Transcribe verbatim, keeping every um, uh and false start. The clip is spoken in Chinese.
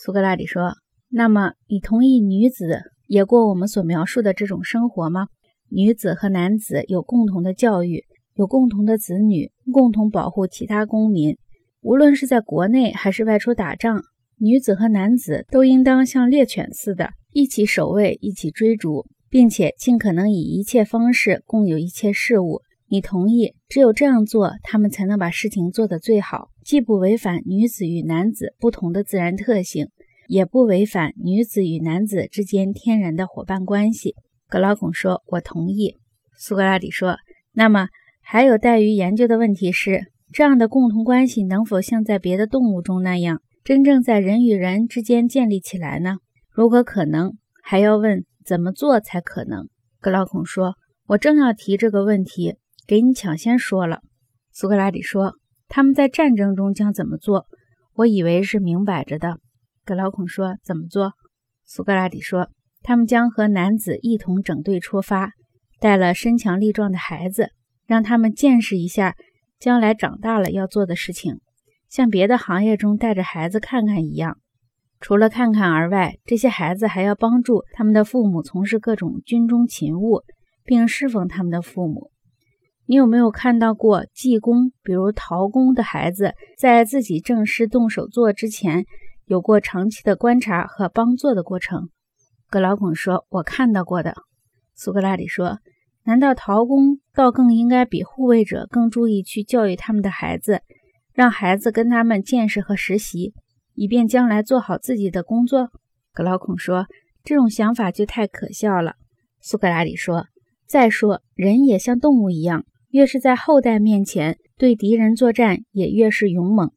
苏格拉底说，那么你同意女子也过我们所描述的这种生活吗？女子和男子有共同的教育，有共同的子女，共同保护其他公民。无论是在国内还是外出打仗，女子和男子都应当像猎犬似的一起守卫，一起追逐，并且尽可能以一切方式共有一切事物。你同意，只有这样做，他们才能把事情做得最好，既不违反女子与男子不同的自然特性，也不违反女子与男子之间天然的伙伴关系。格劳孔说，我同意。苏格拉底说，那么还有待于研究的问题是，这样的共同关系能否像在别的动物中那样，真正在人与人之间建立起来呢？如果可能，还要问怎么做才可能。格劳孔说，我正要提这个问题，给你抢先说了。苏格拉底说，他们在战争中将怎么做？我以为是明摆着的。格劳孔说，怎么做？苏格拉底说，他们将和男子一同整队出发，带了身强力壮的孩子，让他们见识一下将来长大了要做的事情，像别的行业中带着孩子看看一样。除了看看而外，这些孩子还要帮助他们的父母从事各种军中勤务，并侍奉他们的父母。你有没有看到过技工，比如陶工的孩子，在自己正式动手做之前，有过长期的观察和帮做的过程？格劳孔说，我看到过的。苏格拉底说，难道陶工倒更应该比护卫者更注意去教育他们的孩子，让孩子跟他们见识和实习，以便将来做好自己的工作？格劳孔说，这种想法就太可笑了。苏格拉底说，再说人也像动物一样，越是在后代面前对敌人作战，也越是勇猛。